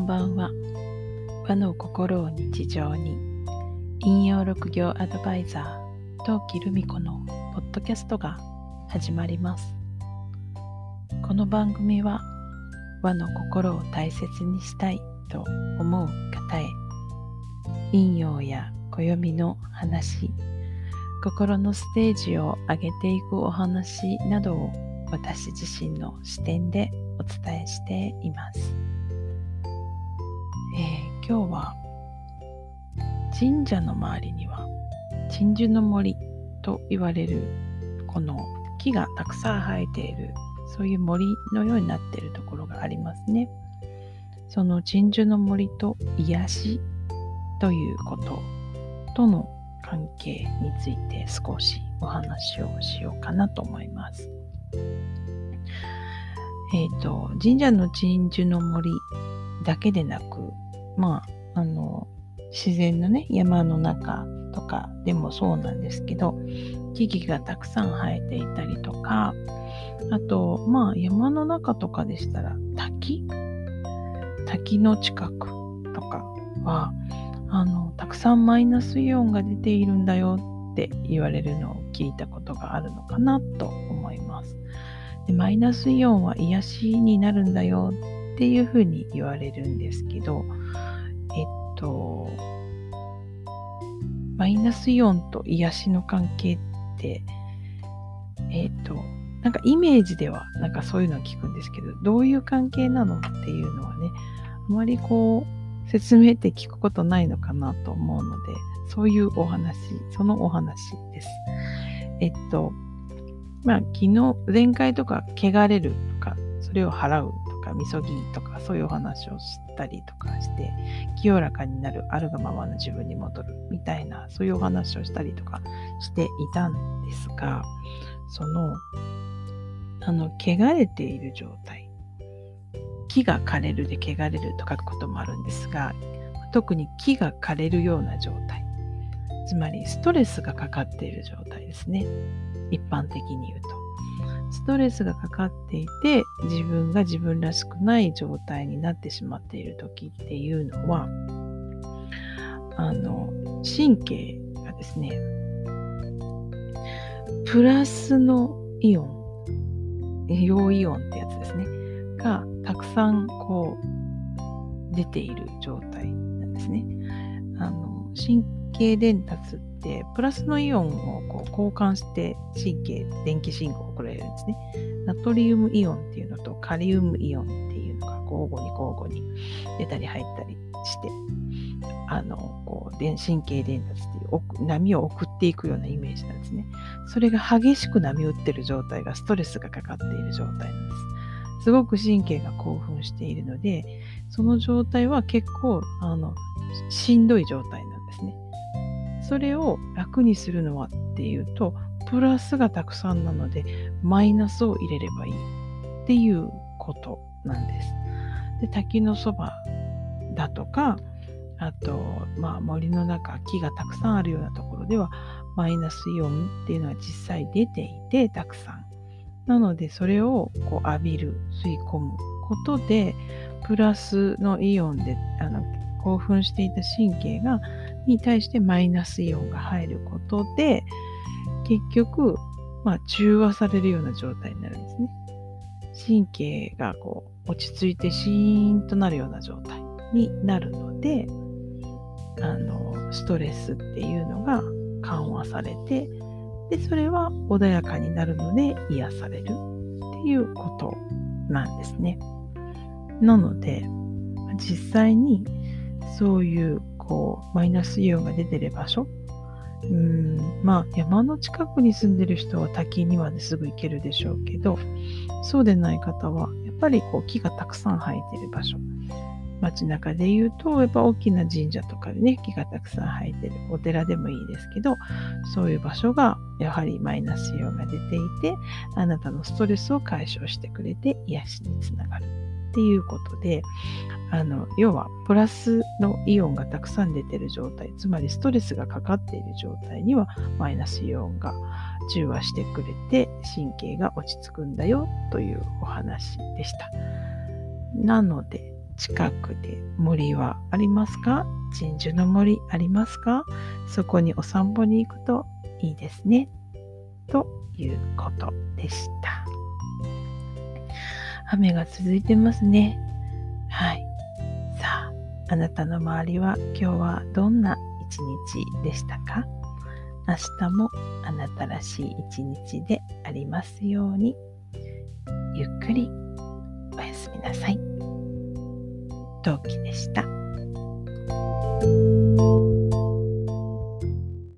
んばんは。和の心を日常に、引用6行アドバイザー、陶器留美子のポッドキャストが始まります。この番組は、和の心を大切にしたいと思う方へ、引用や暦の話、心のステージを上げていくお話などを私自身の視点でお伝えしています。今日は神社の周りには鎮守の森と言われるこの木がたくさん生えている、そういう森のようになっているところがありますね。その鎮守の森と癒しということとの関係について少しお話をしようかなと思います。神社の鎮守の森だけでなく、自然のね、山の中とかでもそうなんですけど、木々がたくさん生えていたりとか、あと山の中とかでしたら滝の近くとかはたくさんマイナスイオンが出ているんだよって言われるのを聞いたことがあるのかなと思います。で、マイナスイオンは癒しになるんだよっていうふうに言われるんですけど、マイナスイオンと癒しの関係ってなんかイメージではなんかそういうのを聞くんですけど、どういう関係なのっていうのはね、あまり説明って聞くことないのかなと思うので、そういうそのお話です。前回とか汚れるとか、それを払うとか、みそぎとか、そういうお話をしたりとかして、清らかになる、あるがままの自分に戻るみたいな、そういうお話をしたりとかしていたんですが、汚れている状態、木が枯れるで汚れると書くこともあるんですが、特に木が枯れるような状態、つまりストレスがかかっている状態ですね。一般的に言うと、ストレスがかかっていて、自分が自分らしくない状態になってしまっている時っていうのは、神経がですね、プラスのイオン、陽イオンってやつですね、がたくさん出ている状態なんですね。神経伝達ってプラスのイオンを交換して電気信号を送られるんですね。ナトリウムイオンっていうのとカリウムイオンっていうのが交互に出たり入ったりして、神経伝達っていう波を送っていくようなイメージなんですね。それが激しく波打ってる状態がストレスがかかっている状態なんです。すごく神経が興奮しているので、その状態は結構しんどい状態なんですね。それを楽にするのはっていうと、プラスがたくさんなのでマイナスを入れればいいっていうことなんです。で、滝のそばだとか、あと森の中、木がたくさんあるようなところではマイナスイオンっていうのは実際出ていて、たくさんなので、それを浴びる、吸い込むことでプラスのイオンで興奮していた神経に対してマイナスイオンが入ることで、結局中和されるような状態になるんですね。神経が落ち着いてシーンとなるような状態になるので、ストレスっていうのが緩和されて、でそれは穏やかになるので癒されるっていうことなんですね。なので実際にそういうマイナスイオンが出てる場所、山の近くに住んでる人は滝にはすぐ行けるでしょうけど、そうでない方はやっぱり木がたくさん生えてる場所、街中で言うとやっぱ大きな神社とかでね、木がたくさん生えてるお寺でもいいですけど、そういう場所がやはりマイナスイオンが出ていて、あなたのストレスを解消してくれて癒しにつながるっていうことで、要はプラスのイオンがたくさん出ている状態、つまりストレスがかかっている状態にはマイナスイオンが中和してくれて神経が落ち着くんだよというお話でした。なので近くで森はありますか？鎮守の森ありますか？そこにお散歩に行くといいですね。ということでした。雨が続いてますね。はい。さあ、あなたの周りは今日はどんな一日でしたか？明日もあなたらしい一日でありますように。ゆっくりおやすみなさい。陶器でした。